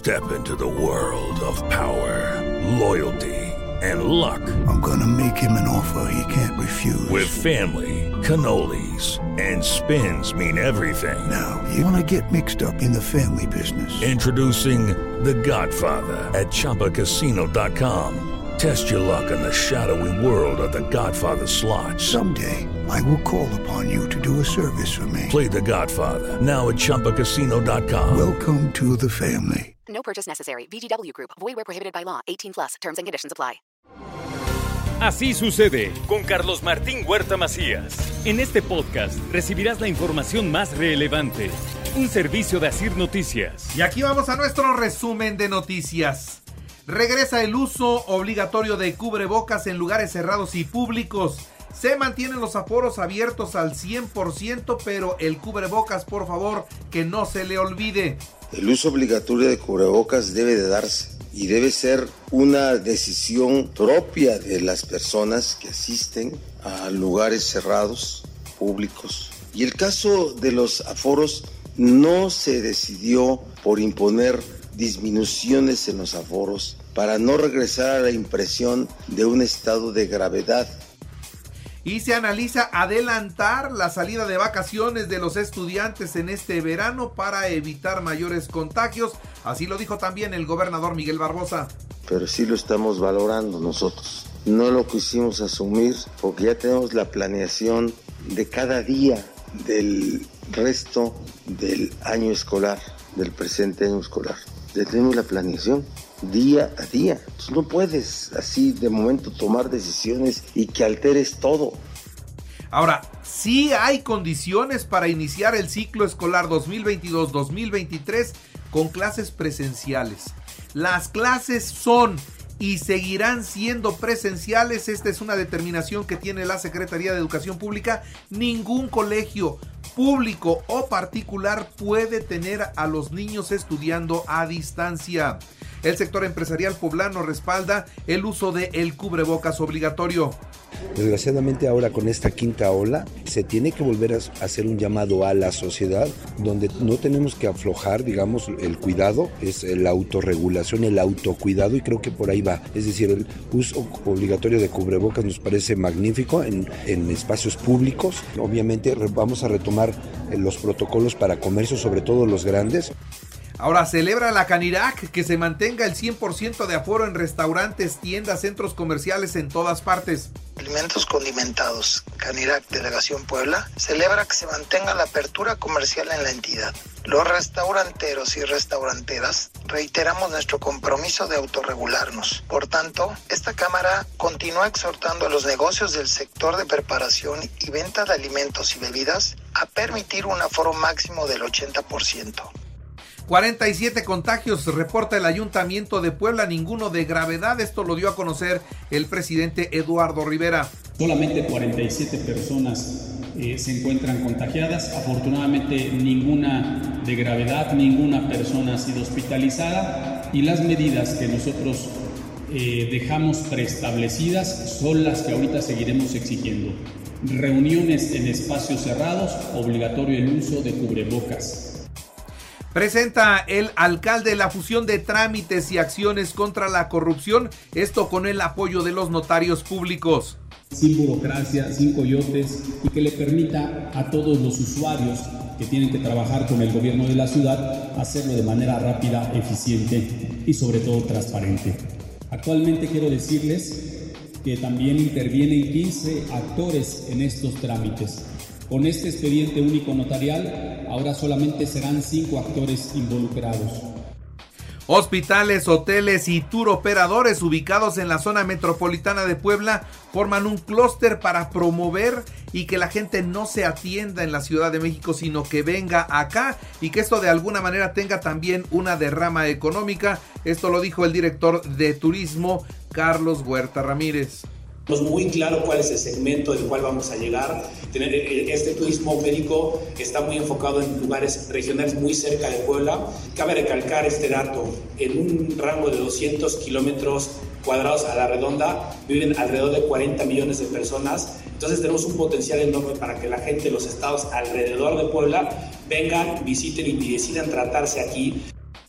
Step into the world of power, loyalty, and luck. I'm gonna make him an offer he can't refuse. With family, cannolis, and spins mean everything. Now, you wanna get mixed up in the family business. Introducing The Godfather at ChumbaCasino.com. Test your luck in the shadowy world of The Godfather slot. Someday, I will call upon you to do a service for me. Play The Godfather now at ChumbaCasino.com. Welcome to the family. No purchase necessary. VGW Group. Void where prohibited by law. 18+. Terms and conditions apply. Así sucede con Carlos Martín Huerta Macías. En este podcast recibirás la información más relevante. Un servicio de Asir Noticias. Y aquí vamos a nuestro resumen de noticias. Regresa el uso obligatorio de cubrebocas en lugares cerrados y públicos. Se mantienen los aforos abiertos al 100%, pero el cubrebocas, por favor, que no se le olvide. El uso obligatorio de cubrebocas debe de darse y debe ser una decisión propia de las personas que asisten a lugares cerrados, públicos. Y el caso de los aforos no se decidió por imponer disminuciones en los aforos para no regresar a la impresión de un estado de gravedad. Y se analiza adelantar la salida de vacaciones de los estudiantes en este verano para evitar mayores contagios. Así lo dijo también el gobernador Miguel Barbosa. Pero sí lo estamos valorando nosotros. No lo quisimos asumir porque ya tenemos la planeación de cada día del resto del año escolar, del presente año escolar. Ya tenemos la planeación día a día. Entonces no puedes así de momento tomar decisiones y que alteres todo. Ahora, sí hay condiciones para iniciar el ciclo escolar 2022-2023 con clases presenciales. Las clases son y seguirán siendo presenciales. Esta es una determinación que tiene la Secretaría de Educación Pública. Ningún colegio público o particular puede tener a los niños estudiando a distancia. El sector empresarial poblano respalda el uso del cubrebocas obligatorio. Desgraciadamente ahora con esta quinta ola se tiene que volver a hacer un llamado a la sociedad donde no tenemos que aflojar, digamos, el cuidado, es la autorregulación, el autocuidado, y creo que por ahí va. Es decir, el uso obligatorio de cubrebocas nos parece magnífico en espacios públicos. Obviamente vamos a retomar los protocolos para comercios, sobre todo los grandes. Ahora celebra la Canirac que se mantenga el 100% de aforo en restaurantes, tiendas, centros comerciales en todas partes. Alimentos condimentados. Canirac Delegación Puebla celebra que se mantenga la apertura comercial en la entidad. Los restauranteros y restauranteras reiteramos nuestro compromiso de autorregularnos. Por tanto, esta Cámara continúa exhortando a los negocios del sector de preparación y venta de alimentos y bebidas a permitir un aforo máximo del 80%. 47 contagios reporta el Ayuntamiento de Puebla, ninguno de gravedad. Esto lo dio a conocer el presidente Eduardo Rivera. Solamente 47 personas se encuentran contagiadas. Afortunadamente ninguna de gravedad, ninguna persona ha sido hospitalizada. Y las medidas que nosotros dejamos preestablecidas son las que ahorita seguiremos exigiendo. Reuniones en espacios cerrados, obligatorio el uso de cubrebocas. Presenta el alcalde la fusión de trámites y acciones contra la corrupción, esto con el apoyo de los notarios públicos. Sin burocracia, sin coyotes, y que le permita a todos los usuarios que tienen que trabajar con el gobierno de la ciudad hacerlo de manera rápida, eficiente y sobre todo transparente. Actualmente quiero decirles que también intervienen 15 actores en estos trámites. Con este expediente único notarial, ahora solamente serán 5 actores involucrados. Hospitales, hoteles y tour operadores ubicados en la zona metropolitana de Puebla forman un clúster para promover y que la gente no se atienda en la Ciudad de México, sino que venga acá y que esto de alguna manera tenga también una derrama económica. Esto lo dijo el director de turismo, Carlos Huerta Ramírez. Muy claro cuál es el segmento del cual vamos a llegar. Este turismo médico está muy enfocado en lugares regionales muy cerca de Puebla. Cabe recalcar este dato: en un rango de 200 kilómetros cuadrados a la redonda viven alrededor de 40 millones de personas. Entonces tenemos un potencial enorme para que la gente de los estados alrededor de Puebla vengan, visiten y decidan tratarse aquí.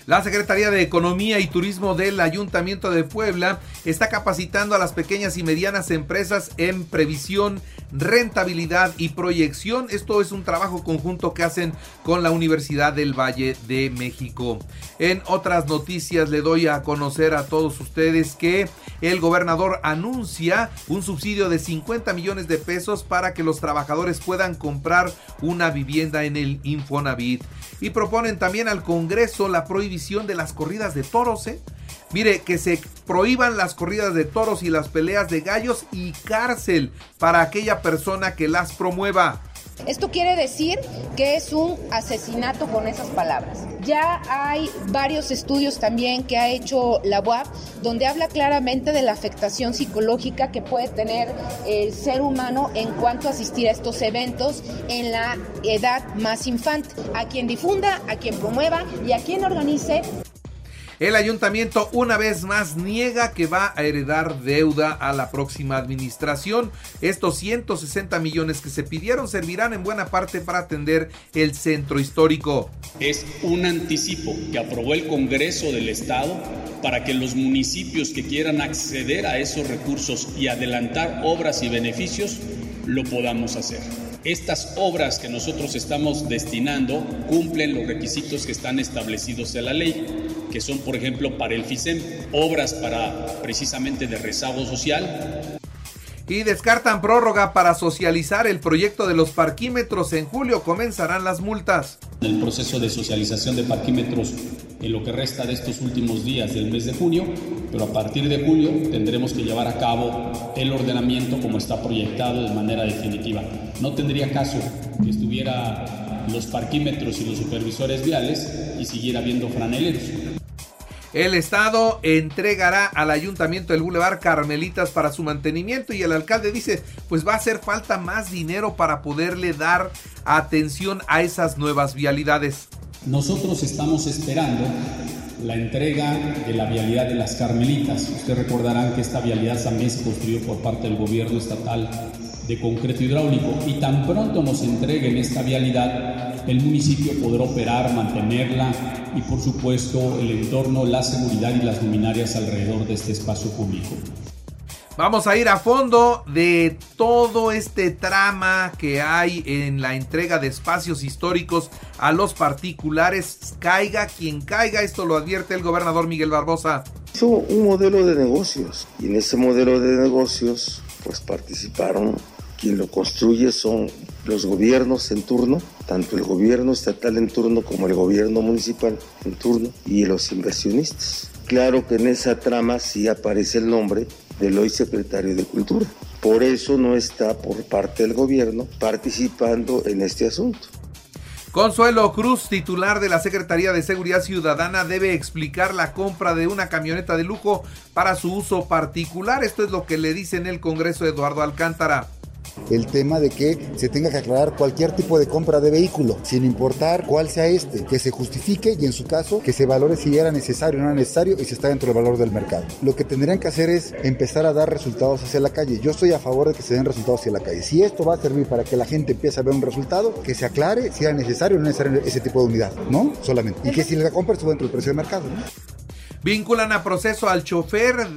La Secretaría de Economía y Turismo del Ayuntamiento de Puebla está capacitando a las pequeñas y medianas empresas en previsión, rentabilidad y proyección. Esto es un trabajo conjunto que hacen con la Universidad del Valle de México. En otras noticias le doy a conocer a todos ustedes que el gobernador anuncia un subsidio de 50 millones de pesos para que los trabajadores puedan comprar una vivienda en el Infonavit. Y proponen también al Congreso la prohibición de las corridas de toros, Mire, que se prohíban las corridas de toros y las peleas de gallos y cárcel para aquella persona que las promueva. Esto quiere decir que es un asesinato con esas palabras. Ya hay varios estudios también que ha hecho la UAP donde habla claramente de la afectación psicológica que puede tener el ser humano en cuanto a asistir a estos eventos en la edad más infante. A quien difunda, a quien promueva y a quien organice. El ayuntamiento una vez más niega que va a heredar deuda a la próxima administración. Estos 160 millones que se pidieron servirán en buena parte para atender el centro histórico. Es un anticipo que aprobó el Congreso del Estado para que los municipios que quieran acceder a esos recursos y adelantar obras y beneficios lo podamos hacer. Estas obras que nosotros estamos destinando cumplen los requisitos que están establecidos en la ley, que son, por ejemplo, para el FICEM, obras para precisamente de rezago social. Y descartan prórroga para socializar el proyecto de los parquímetros. En julio comenzarán las multas. El proceso de socialización de parquímetros en lo que resta de estos últimos días del mes de junio, pero a partir de julio tendremos que llevar a cabo el ordenamiento como está proyectado de manera definitiva. No tendría caso que estuviera los parquímetros y los supervisores viales y siguiera habiendo franeleros. El Estado entregará al Ayuntamiento del Boulevard Carmelitas para su mantenimiento y el alcalde dice, pues va a hacer falta más dinero para poderle dar atención a esas nuevas vialidades. Nosotros estamos esperando la entrega de la vialidad de las Carmelitas. Ustedes recordarán que esta vialidad también se construyó por parte del gobierno estatal de concreto hidráulico y tan pronto nos entreguen esta vialidad, el municipio podrá operar, mantenerla y por supuesto el entorno, la seguridad y las luminarias alrededor de este espacio público. Vamos a ir a fondo de todo este trama que hay en la entrega de espacios históricos a los particulares. Caiga quien caiga, esto lo advierte el gobernador Miguel Barbosa. Hizo un modelo de negocios y en ese modelo de negocios pues participaron. Quien lo construye son los gobiernos en turno, tanto el gobierno estatal en turno como el gobierno municipal en turno y los inversionistas. Claro que en esa trama sí aparece el nombre del hoy secretario de Cultura. Por eso no está por parte del gobierno participando en este asunto. Consuelo Cruz, titular de la Secretaría de Seguridad Ciudadana, debe explicar la compra de una camioneta de lujo para su uso particular. Esto es lo que le dice en el Congreso Eduardo Alcántara. El tema de que se tenga que aclarar cualquier tipo de compra de vehículo, sin importar cuál sea que se justifique y en su caso que se valore si era necesario o no era necesario y si está dentro del valor del mercado. Lo que tendrían que hacer es empezar a dar resultados hacia la calle. Yo estoy a favor de que se den resultados hacia la calle. Si esto va a servir para que la gente empiece a ver un resultado, que se aclare si era necesario o no necesario ese tipo de unidad, ¿no? Solamente. Y que si la compra estuvo dentro del precio del mercado, ¿no? Vinculan a proceso al chofer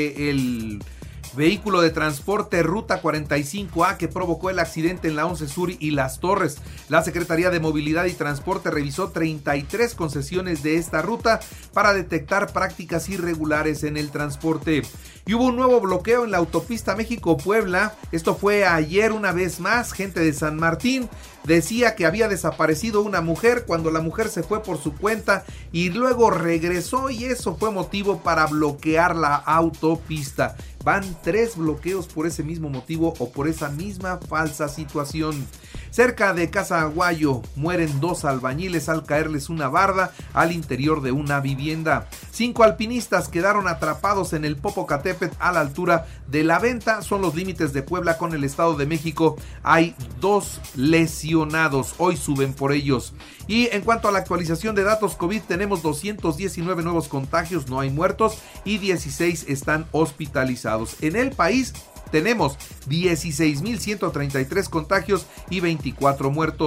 del vehículo de transporte Ruta 45A que provocó el accidente en la 11 Sur y Las Torres. La Secretaría de Movilidad y Transporte revisó 33 concesiones de esta ruta para detectar prácticas irregulares en el transporte. Y hubo un nuevo bloqueo en la autopista México-Puebla. Esto fue ayer una vez más. Gente de San Martín decía que había desaparecido una mujer cuando la mujer se fue por su cuenta y luego regresó y eso fue motivo para bloquear la autopista. Van 3 bloqueos por ese mismo motivo o por esa misma falsa situación. Cerca de Casa Aguayo mueren 2 albañiles al caerles una barda al interior de una vivienda. 5 alpinistas quedaron atrapados en el Popocatépetl a la altura de La Venta. Son los límites de Puebla con el Estado de México. Hay 2 lesionados. Hoy suben por ellos. Y en cuanto a la actualización de datos COVID, tenemos 219 nuevos contagios, no hay muertos y 16 están hospitalizados. En el país tenemos 16,133 contagios y 24 muertos.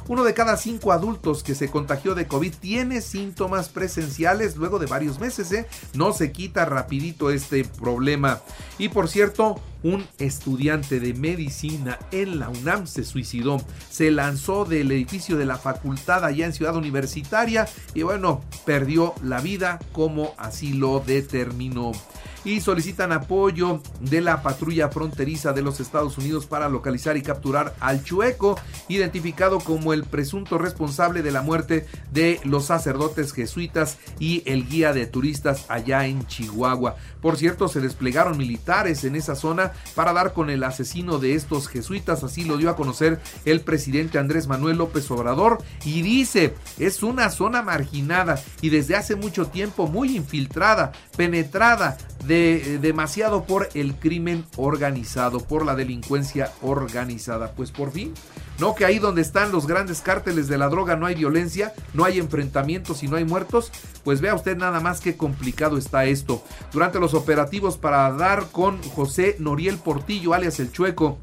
1 de cada 5 adultos que se contagió de COVID tiene síntomas presenciales luego de varios meses, No se quita rapidito este problema. Y por cierto, un estudiante de medicina en la UNAM se suicidó. Se lanzó del edificio de la facultad allá en Ciudad Universitaria y bueno, perdió la vida como así lo determinó. Y solicitan apoyo de la patrulla fronteriza de los Estados Unidos para localizar y capturar al Chueco, identificado como el presunto responsable de la muerte de los sacerdotes jesuitas y el guía de turistas allá en Chihuahua. Por cierto, se desplegaron militares en esa zona para dar con el asesino de estos jesuitas, así lo dio a conocer el presidente Andrés Manuel López Obrador, y dice, es una zona marginada y desde hace mucho tiempo muy infiltrada, penetrada demasiado por el crimen organizado, por la delincuencia organizada. Pues por fin, no que ahí donde están los grandes cárteles de la droga no hay violencia, no hay enfrentamientos y no hay muertos. Pues vea usted nada más qué complicado está esto. Durante los operativos para dar con José Noriel Portillo, alias El Chueco,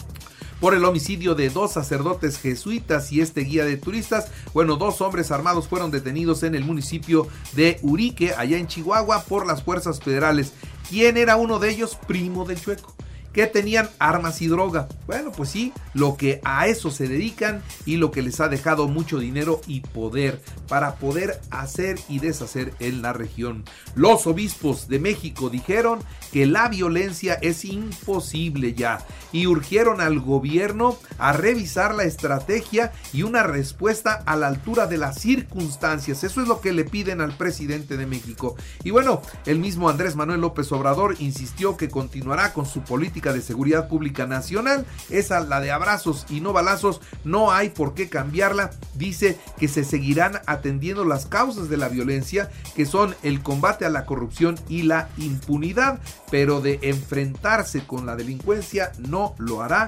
por el homicidio de 2 sacerdotes jesuitas y este guía de turistas, bueno, 2 hombres armados fueron detenidos en el municipio de Urique, allá en Chihuahua, por las fuerzas federales. ¿Quién era uno de ellos? Primo del Chueco. ¿Que tenían? Armas y droga. Bueno, pues sí, lo que a eso se dedican y lo que les ha dejado mucho dinero y poder para poder hacer y deshacer en la región. Los obispos de México dijeron que la violencia es imposible ya y urgieron al gobierno a revisar la estrategia y una respuesta a la altura de las circunstancias. Eso es lo que le piden al presidente de México. Y bueno, el mismo Andrés Manuel López Obrador insistió que continuará con su política de seguridad pública nacional, esa la de abrazos y no balazos, no hay por qué cambiarla. Dice que se seguirán atendiendo las causas de la violencia, que son el combate a la corrupción y la impunidad, pero de enfrentarse con la delincuencia no lo hará,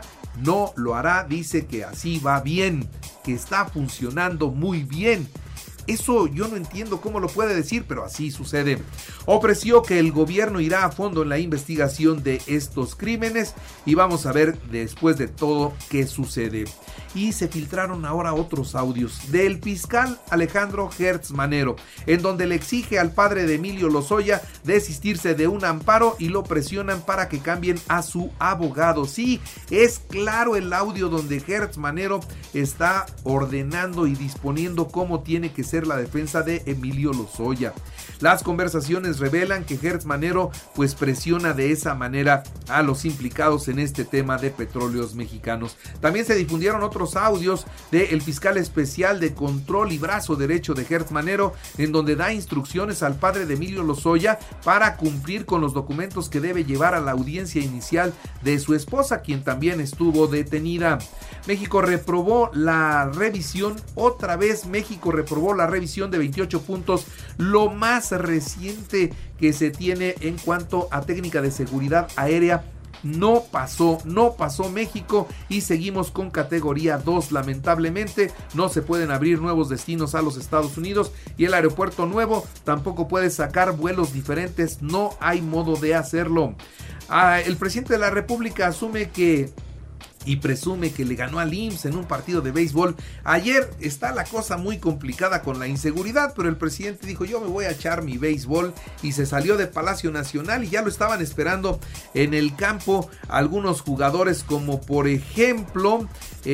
dice que así va bien, que está funcionando muy bien. Eso yo no entiendo cómo lo puede decir, pero así sucede. Ofreció que el gobierno irá a fondo en la investigación de estos crímenes y vamos a ver después de todo qué sucede. Y se filtraron ahora otros audios del fiscal Alejandro Gertz Manero, en donde le exige al padre de Emilio Lozoya desistirse de un amparo y lo presionan para que cambien a su abogado. Sí, es claro el audio donde Gertz Manero está ordenando y disponiendo cómo tiene que ser la defensa de Emilio Lozoya. Las conversaciones revelan que Gertz Manero pues presiona de esa manera a los implicados en este tema de Petróleos Mexicanos. También se difundieron otros audios del fiscal especial de control y brazo derecho de Gertz Manero, en donde da instrucciones al padre de Emilio Lozoya para cumplir con los documentos que debe llevar a la audiencia inicial de su esposa, quien también estuvo detenida. México reprobó la revisión, otra vez México reprobó la revisión de 28 puntos, lo más reciente que se tiene en cuanto a técnica de seguridad aérea. No pasó México y seguimos con categoría 2. Lamentablemente no se pueden abrir nuevos destinos a los Estados Unidos y el aeropuerto nuevo tampoco puede sacar vuelos diferentes, no hay modo de hacerlo. El presidente de la República asume que y presume que le ganó al IMSS en un partido de béisbol. Ayer está la cosa muy complicada con la inseguridad, pero el presidente dijo: yo me voy a echar mi béisbol, y se salió de Palacio Nacional y ya lo estaban esperando en el campo algunos jugadores, como por ejemplo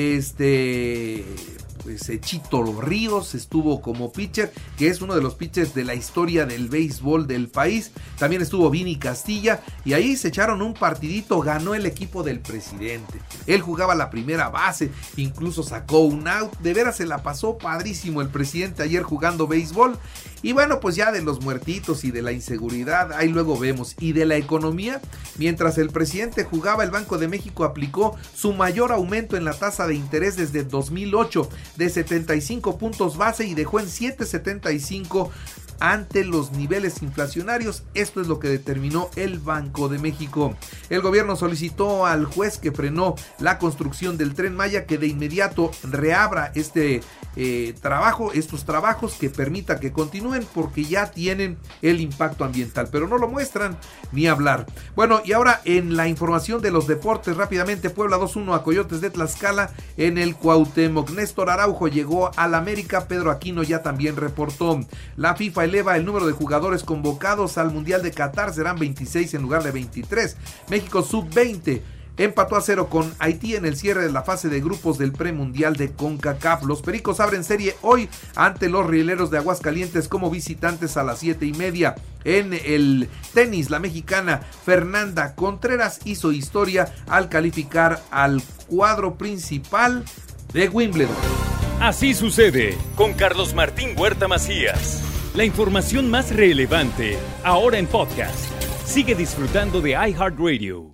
Chito Ríos estuvo como pitcher, que es uno de los pitchers de la historia del béisbol del país. También estuvo Vini Castilla y ahí se echaron un partidito. Ganó el equipo del presidente. Él jugaba la primera base, incluso sacó un out. De veras se la pasó padrísimo el presidente ayer jugando béisbol. Y bueno, pues ya de los muertitos y de la inseguridad, ahí luego vemos. Y de la economía, mientras el presidente jugaba, el Banco de México aplicó su mayor aumento en la tasa de interés desde 2008, de 75 puntos base, y dejó en 7.75 ante los niveles inflacionarios. Esto es lo que determinó el Banco de México. El gobierno solicitó al juez que frenó la construcción del Tren Maya que de inmediato reabra este estos trabajos que permita que continúen, porque ya tienen el impacto ambiental, pero no lo muestran ni hablar. Bueno, y ahora en la información de los deportes, rápidamente, Puebla 2-1 a Coyotes de Tlaxcala en el Cuauhtémoc. Néstor Araujo llegó al América, Pedro Aquino ya también reportó. La FIFA eleva el número de jugadores convocados al Mundial de Qatar, serán 26 en lugar de 23. México sub-20 empató a 0 con Haití en el cierre de la fase de grupos del premundial de CONCACAF. Los Pericos abren serie hoy ante los Rieleros de Aguascalientes como visitantes a las 7:30. En el tenis, la mexicana Fernanda Contreras hizo historia al calificar al cuadro principal de Wimbledon. Así sucede con Carlos Martín Huerta Macías. La información más relevante, ahora en podcast. Sigue disfrutando de iHeartRadio.